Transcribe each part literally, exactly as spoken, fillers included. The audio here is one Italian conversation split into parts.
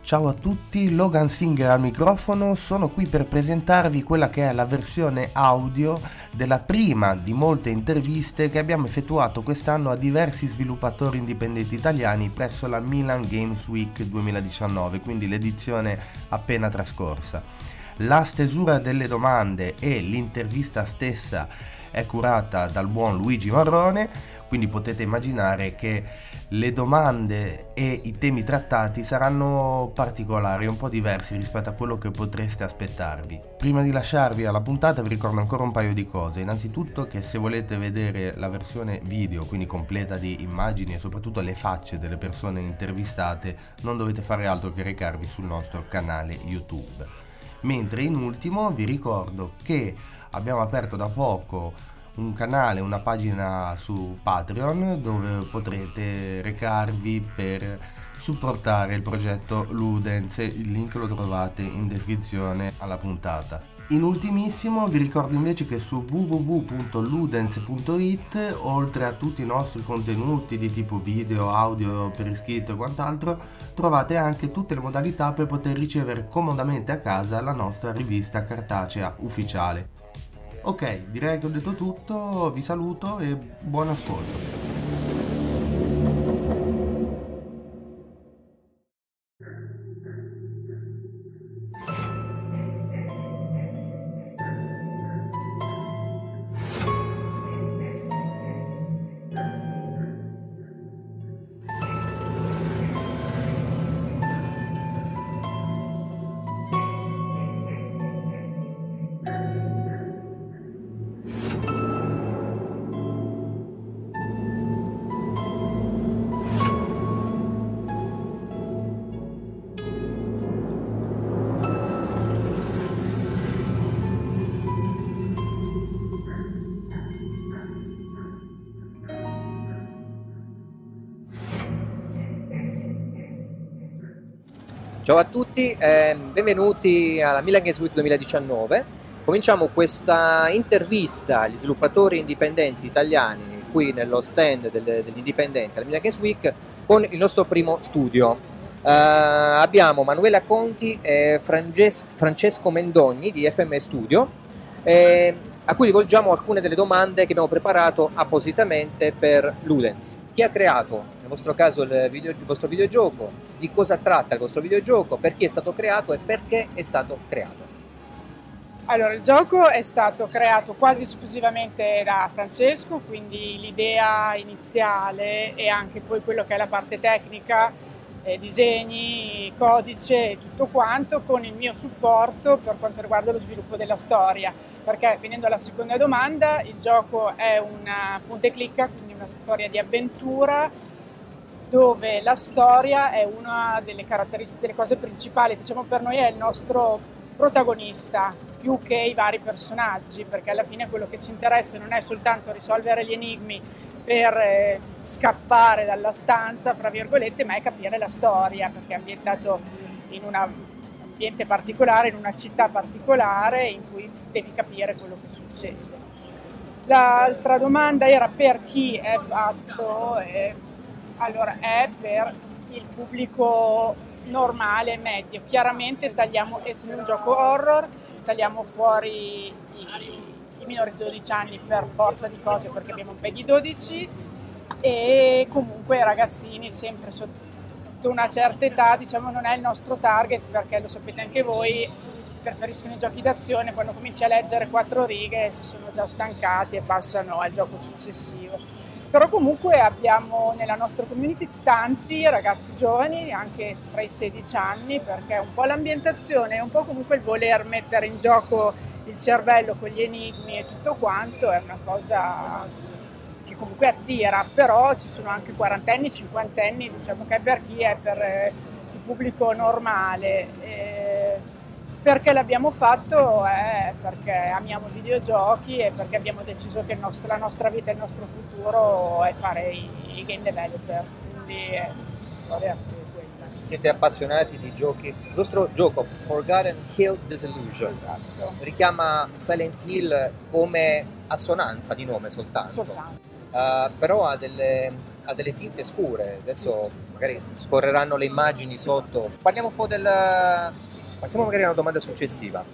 Ciao a tutti, Logan Singer al microfono, sono qui per presentarvi quella che è la versione audio della prima di molte interviste che abbiamo effettuato quest'anno a diversi sviluppatori indipendenti italiani presso la Milan Games Week duemiladiciannove, quindi l'edizione appena trascorsa. La stesura delle domande e l'intervista stessa è curata dal buon Luigi Marrone, quindi potete immaginare che le domande e i temi trattati saranno particolari, un po' diversi rispetto a quello che potreste aspettarvi. Prima di lasciarvi alla puntata vi ricordo ancora un paio di cose. Innanzitutto che se volete vedere la versione video, quindi completa di immagini e soprattutto le facce delle persone intervistate, non dovete fare altro che recarvi sul nostro canale YouTube. Mentre in ultimo vi ricordo che abbiamo aperto da poco un canale, una pagina su Patreon dove potrete recarvi per supportare il progetto Ludens, il link lo trovate in descrizione alla puntata. In ultimissimo vi ricordo invece che su w w w punto ludens punto i t, oltre a tutti i nostri contenuti di tipo video, audio per iscritto e quant'altro, trovate anche tutte le modalità per poter ricevere comodamente a casa la nostra rivista cartacea ufficiale. Ok, direi che ho detto tutto, vi saluto e buon ascolto. Ciao a tutti, eh, benvenuti alla Milan Games Week duemiladiciannove. Cominciamo questa intervista agli sviluppatori indipendenti italiani qui nello stand del, degli indipendenti alla Milan Games Week con il nostro primo studio. Eh, abbiamo Manuela Conti e Frances- Francesco Mendogni di F M Studio, eh, a cui rivolgiamo alcune delle domande che abbiamo preparato appositamente per Ludens. Chi ha creato, nel vostro caso, il, video, il vostro videogioco, di cosa tratta il vostro videogioco, perché è stato creato e perché è stato creato? Allora, il gioco è stato creato quasi esclusivamente da Francesco, quindi l'idea iniziale e anche poi quello che è la parte tecnica, eh, disegni, codice e tutto quanto, con il mio supporto per quanto riguarda lo sviluppo della storia. Perché, venendo alla seconda domanda, il gioco è una punta e clicca, quindi una storia di avventura, dove la storia è una delle caratteristiche, delle cose principali, diciamo per noi è il nostro protagonista, più che i vari personaggi, perché alla fine quello che ci interessa non è soltanto risolvere gli enigmi per eh, scappare dalla stanza, fra virgolette, ma è capire la storia, perché è ambientato in un ambiente particolare, in una città particolare, in cui devi capire quello che succede. L'altra domanda era per chi è fatto, eh, allora è per il pubblico normale, medio. Chiaramente tagliamo, essendo un gioco horror, tagliamo fuori i, i minori di dodici anni per forza di cose, perché abbiamo un PEGI dodici, e comunque ragazzini sempre sotto una certa età, diciamo non è il nostro target, perché lo sapete anche voi, preferiscono i giochi d'azione, quando cominci a leggere quattro righe si sono già stancati e passano al gioco successivo. Però comunque abbiamo nella nostra community tanti ragazzi giovani, anche tra i sedici anni, perché un po' l'ambientazione e un po' comunque il voler mettere in gioco il cervello con gli enigmi e tutto quanto è una cosa che comunque attira, però ci sono anche quarantenni, cinquantenni, diciamo che per chi è per il pubblico normale. E perché l'abbiamo fatto è perché amiamo i videogiochi e perché abbiamo deciso che il nostro, la nostra vita e il nostro futuro è fare i, i game developer, quindi è una storia quella. Siete appassionati di giochi? Il vostro gioco Forgotten Hill Disillusion, Esatto, richiama Silent Hill come assonanza di nome soltanto, soltanto. Uh, però ha delle ha delle tinte scure, adesso magari scorreranno le immagini sotto. Parliamo un po' del... passiamo magari a una domanda successiva.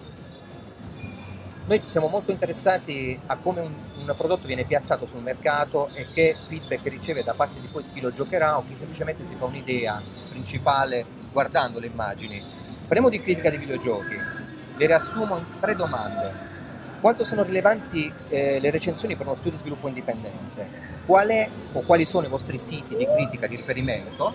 Noi ci siamo molto interessati a come un, un prodotto viene piazzato sul mercato e che feedback riceve da parte di poi chi lo giocherà o chi semplicemente si fa un'idea principale guardando le immagini. Parliamo di critica dei videogiochi, le riassumo in tre domande. Quanto sono rilevanti eh, le recensioni per uno studio di sviluppo indipendente? Qual è o quali sono i vostri siti di critica di riferimento?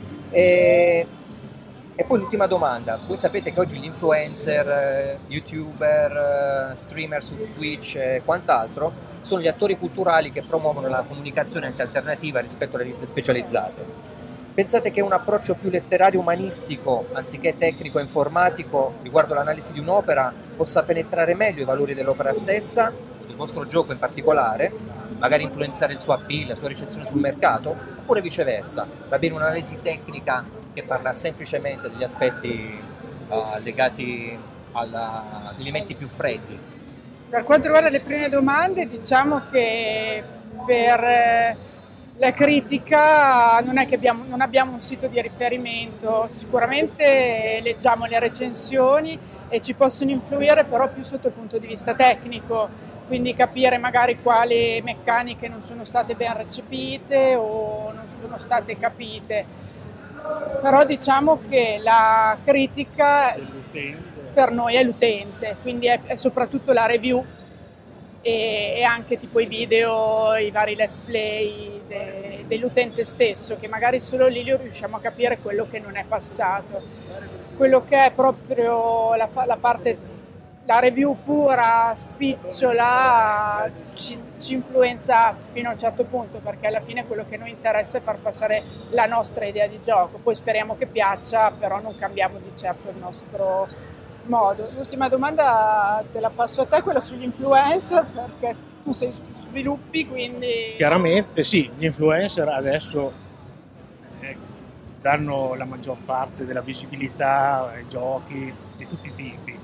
E, e poi l'ultima domanda, voi sapete che oggi gli influencer, eh, youtuber, eh, streamer su Twitch e quant'altro sono gli attori culturali che promuovono la comunicazione anche alternativa rispetto alle riviste specializzate. Pensate che un approccio più letterario umanistico, anziché tecnico e informatico, riguardo l'analisi di un'opera, possa penetrare meglio i valori dell'opera stessa, del vostro gioco in particolare, magari influenzare il suo appeal, la sua ricezione sul mercato, oppure viceversa? Va bene un'analisi tecnica che parla semplicemente degli aspetti uh, legati alla, agli elementi più freddi? Per quanto riguarda le prime domande, diciamo che per... Eh... la critica non è che abbiamo, non abbiamo un sito di riferimento, sicuramente leggiamo le recensioni e ci possono influire però più sotto il punto di vista tecnico, quindi capire magari quali meccaniche non sono state ben recepite o non sono state capite. Però diciamo che la critica per noi è l'utente, quindi è, è soprattutto la review e, e anche tipo i video, i vari let's play de, dell'utente stesso, che magari solo lì riusciamo a capire quello che non è passato. Quello che è proprio la, la parte, la review pura, spicciola, ci, ci influenza fino a un certo punto, perché alla fine quello che noi interessa è far passare la nostra idea di gioco, poi speriamo che piaccia, però non cambiamo di certo il nostro modo. L'ultima domanda te la passo a te, quella sugli influencer, perché tu sei su sviluppi, quindi... Chiaramente sì, gli influencer adesso eh, danno la maggior parte della visibilità ai giochi di tutti i tipi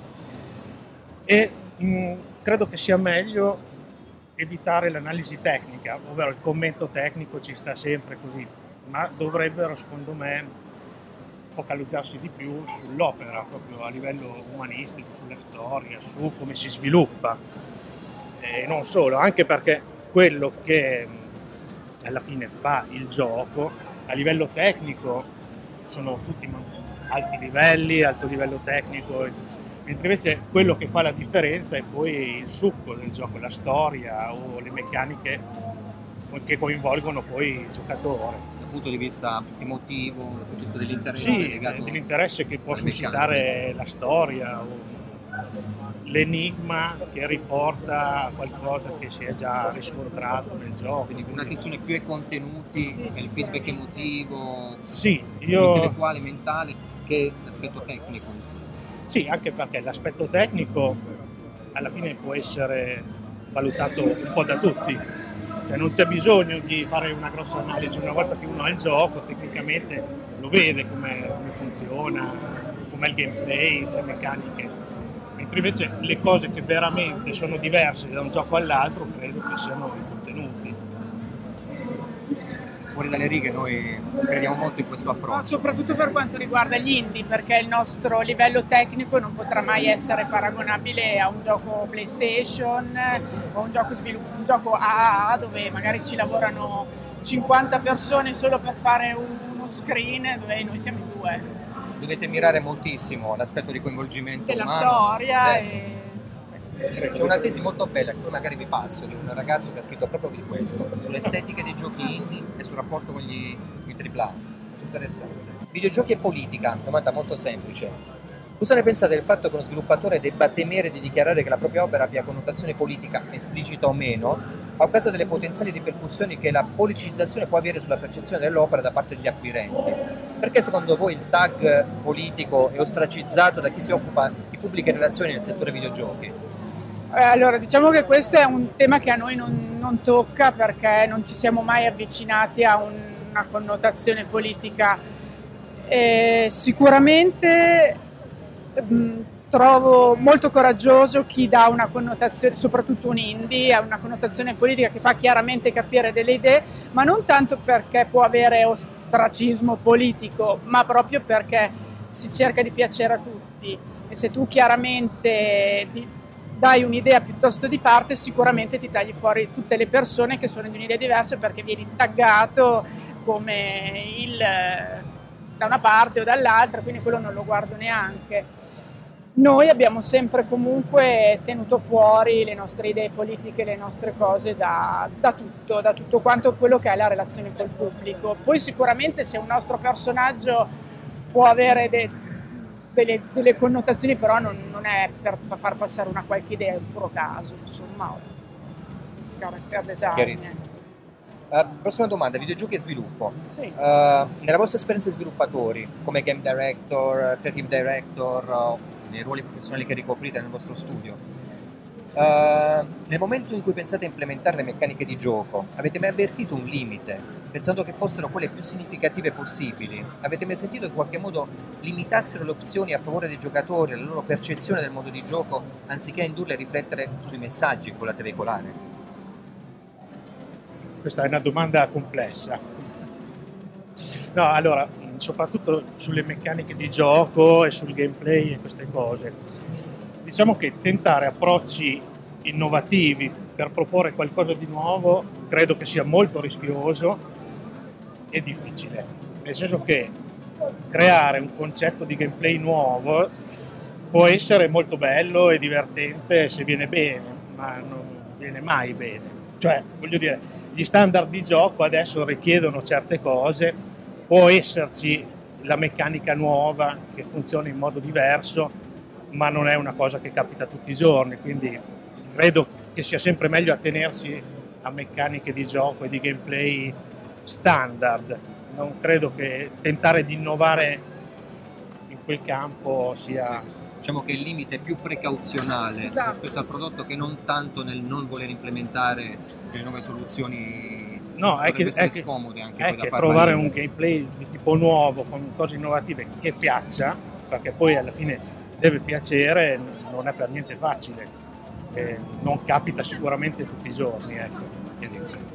e mh, credo che sia meglio evitare l'analisi tecnica, ovvero il commento tecnico ci sta sempre così, ma dovrebbero secondo me focalizzarsi di più sull'opera, proprio a livello umanistico, sulla storia, su come si sviluppa e non solo, anche perché quello che alla fine fa il gioco a livello tecnico sono tutti alti livelli, alto livello tecnico, mentre invece quello che fa la differenza è poi il succo del gioco, la storia o le meccaniche che coinvolgono poi il giocatore. Dal punto di vista emotivo, dal punto di vista dell'interesse sì, legato dell'interesse che può suscitare la storia o l'enigma che riporta a qualcosa che si è già riscontrato nel gioco. Quindi un'attenzione più ai contenuti, sì, sì, il feedback emotivo, sì, io... intellettuale, mentale, che l'aspetto tecnico in sé. Sì, anche perché l'aspetto tecnico alla fine può essere valutato un po' da tutti. Cioè non c'è bisogno di fare una grossa analisi, una volta che uno ha il gioco tecnicamente lo vede come, come funziona, com'è il gameplay, le meccaniche, mentre invece le cose che veramente sono diverse da un gioco all'altro credo che siano i contenuti. Fuori dalle righe noi crediamo molto in questo approccio. No, soprattutto per quanto riguarda gli indie, perché il nostro livello tecnico non potrà mai essere paragonabile a un gioco PlayStation o un gioco, sviluppo, un gioco A A A dove magari ci lavorano cinquanta persone solo per fare uno screen dove noi siamo in due. Dovete mirare moltissimo l'aspetto di coinvolgimento della umano, storia cioè, e... C'è una tesi molto bella che poi magari vi passo di un ragazzo che ha scritto proprio di questo, sulle estetiche dei giochi indie e sul rapporto con gli, con i tripla A. Molto interessante. Videogiochi e politica, domanda molto semplice. Cosa ne pensate del fatto che uno sviluppatore debba temere di dichiarare che la propria opera abbia connotazione politica, esplicita o meno, a causa delle potenziali ripercussioni che la politicizzazione può avere sulla percezione dell'opera da parte degli acquirenti? Perché secondo voi il tag politico è ostracizzato da chi si occupa di pubbliche relazioni nel settore videogiochi? Allora, diciamo che questo è un tema che a noi non, non tocca perché non ci siamo mai avvicinati a un, una connotazione politica. Eh, sicuramente mh, trovo molto coraggioso chi dà una connotazione, soprattutto un indie, ha una connotazione politica che fa chiaramente capire delle idee, ma non tanto perché può avere ostracismo politico, ma proprio perché si cerca di piacere a tutti. E se tu chiaramente dai un'idea piuttosto di parte, sicuramente ti tagli fuori tutte le persone che sono di un'idea diversa, perché vieni taggato come il da una parte o dall'altra, quindi quello non lo guardo neanche. Noi abbiamo sempre comunque tenuto fuori le nostre idee politiche, le nostre cose da, da tutto, da tutto quanto quello che è la relazione col pubblico. Poi sicuramente se un nostro personaggio può avere de, delle, delle connotazioni, però non, non è per far passare una qualche idea, è un puro caso, insomma, character design. Chiarissimo. Uh, prossima domanda, videogiochi e sviluppo. Sì. Uh, nella vostra esperienza di sviluppatori, come game director, creative director, uh, nei ruoli professionali che ricoprite nel vostro studio, uh, nel momento in cui pensate a implementare le meccaniche di gioco, avete mai avvertito un limite, pensando che fossero quelle più significative possibili? Avete mai sentito che in qualche modo limitassero le opzioni a favore dei giocatori, la loro percezione del modo di gioco, anziché indurle a riflettere sui messaggi che volete veicolare? Questa è una domanda complessa. No, allora, soprattutto sulle meccaniche di gioco e sul gameplay e queste cose. Diciamo che tentare approcci innovativi per proporre qualcosa di nuovo credo che sia molto rischioso e difficile. Nel senso che creare un concetto di gameplay nuovo può essere molto bello e divertente se viene bene, ma non viene mai bene. Cioè, voglio dire, gli standard di gioco adesso richiedono certe cose, può esserci la meccanica nuova che funziona in modo diverso, ma non è una cosa che capita tutti i giorni, quindi credo che sia sempre meglio attenersi a meccaniche di gioco e di gameplay standard. Non credo che tentare di innovare in quel campo sia... Diciamo che il limite è più precauzionale, esatto, rispetto al prodotto, che non tanto nel non voler implementare delle nuove soluzioni. No, è che, è che, scomode anche è poi che da trovare valere. Un gameplay di tipo nuovo con cose innovative che piaccia, perché poi alla fine deve piacere, non è per niente facile, eh, non capita sicuramente tutti i giorni, ecco.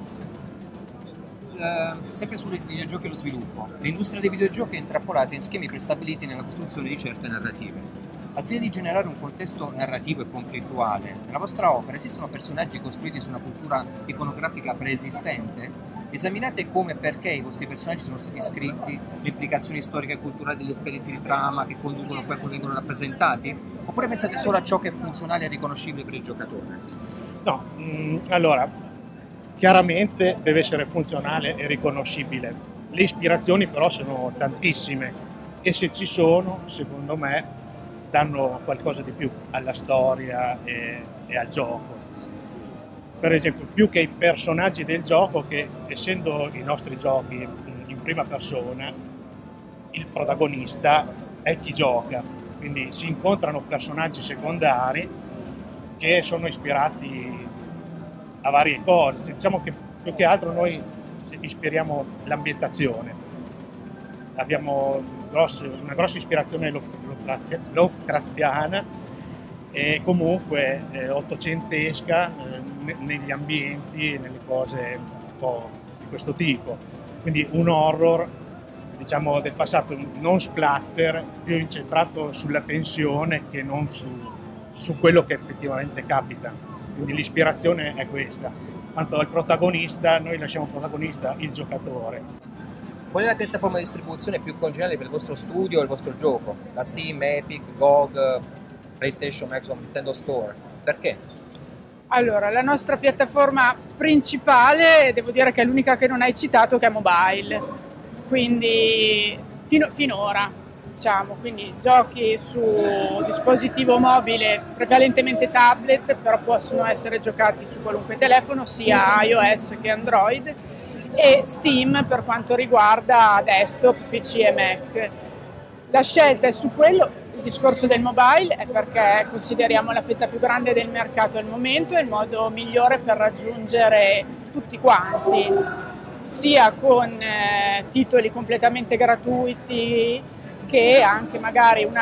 Uh, sempre sui videogiochi e lo sviluppo, l'industria dei videogiochi è intrappolata in schemi prestabiliti nella costruzione di certe narrative. Al fine di generare un contesto narrativo e conflittuale, nella vostra opera esistono personaggi costruiti su una cultura iconografica preesistente? Esaminate come e perché i vostri personaggi sono stati scritti, le implicazioni storiche e culturali degli esperimenti di trama che conducono poi a come vengono rappresentati? Oppure pensate solo a ciò che è funzionale e riconoscibile per il giocatore? No, mh, allora... Chiaramente deve essere funzionale e riconoscibile. Le ispirazioni però sono tantissime e se ci sono, secondo me, danno qualcosa di più alla storia e, e al gioco. Per esempio, più che i personaggi del gioco, che essendo i nostri giochi in prima persona, il protagonista è chi gioca. Quindi si incontrano personaggi secondari che sono ispirati a varie cose, cioè, diciamo che più che altro noi ispiriamo l'ambientazione, abbiamo grosso, una grossa ispirazione Lovecraftiana e comunque eh, ottocentesca eh, negli ambienti e nelle cose un po' di questo tipo, quindi un horror diciamo del passato non splatter, più incentrato sulla tensione che non su, su quello che effettivamente capita. Quindi l'ispirazione è questa. Quanto al protagonista, noi lasciamo protagonista il giocatore. Qual è la piattaforma di distribuzione più congeniale per il vostro studio e il vostro gioco? La Steam, Epic, G O G, PlayStation, Xbox, Nintendo Store. Perché? Allora, la nostra piattaforma principale, devo dire che è l'unica che non hai citato, che è mobile. Quindi, fino, finora. Diciamo, quindi giochi su dispositivo mobile, prevalentemente tablet, però possono essere giocati su qualunque telefono, sia iOS che Android, e Steam per quanto riguarda desktop, P C e Mac. La scelta è su quello, il discorso del mobile è perché consideriamo la fetta più grande del mercato al momento e il modo migliore per raggiungere tutti quanti, sia con eh, titoli completamente gratuiti, che anche magari una, un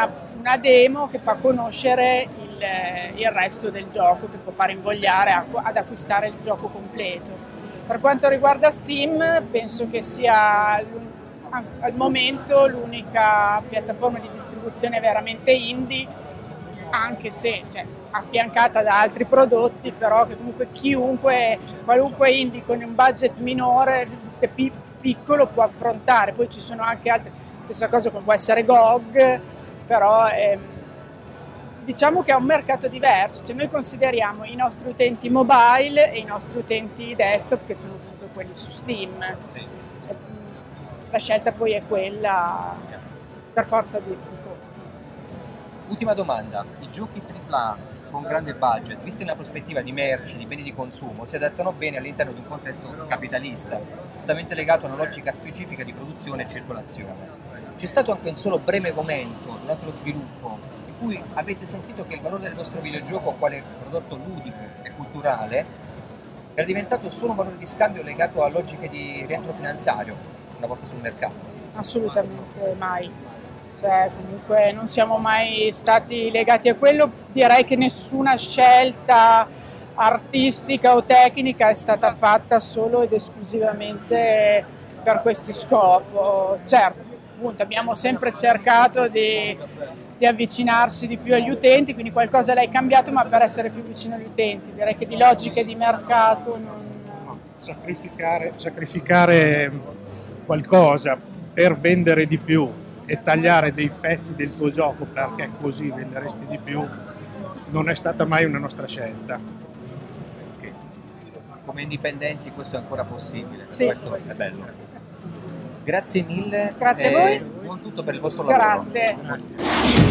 una demo che fa conoscere il, il resto del gioco, che può fare invogliare a, ad acquistare il gioco completo. Per quanto riguarda Steam, penso che sia al momento l'unica piattaforma di distribuzione veramente indie, anche se cioè, affiancata da altri prodotti, però che comunque chiunque, qualunque indie con un budget minore, pi- piccolo, può affrontare. Poi ci sono anche altre, stessa cosa può essere G O G, però ehm, diciamo che è un mercato diverso, cioè noi consideriamo i nostri utenti mobile e i nostri utenti desktop, che sono appunto quelli su Steam. Sì. La scelta poi è quella per forza di pubblico. Ultima domanda, i giochi tripla A con grande budget, visti nella prospettiva di merci, di beni di consumo, si adattano bene all'interno di un contesto capitalista, strettamente legato a una logica specifica di produzione e circolazione. C'è stato anche un solo breve momento durante lo sviluppo in cui avete sentito che il valore del vostro videogioco quale prodotto ludico e culturale era diventato solo un valore di scambio legato a logiche di rientro finanziario una volta sul mercato? Assolutamente mai. Cioè, comunque non siamo mai stati legati a quello. Direi che nessuna scelta artistica o tecnica è stata fatta solo ed esclusivamente per questo scopo. Certo, appunto, abbiamo sempre cercato di, di avvicinarsi di più agli utenti, quindi qualcosa l'hai cambiato, ma per essere più vicino agli utenti. Direi che di logiche di mercato non... Sacrificare, sacrificare qualcosa per vendere di più e tagliare dei pezzi del tuo gioco perché così venderesti di più non è stata mai una nostra scelta. Okay. Come indipendenti questo è ancora possibile, sì, questo è bello. Grazie mille. Grazie a voi. Buon tutto per il vostro lavoro. Grazie. Grazie.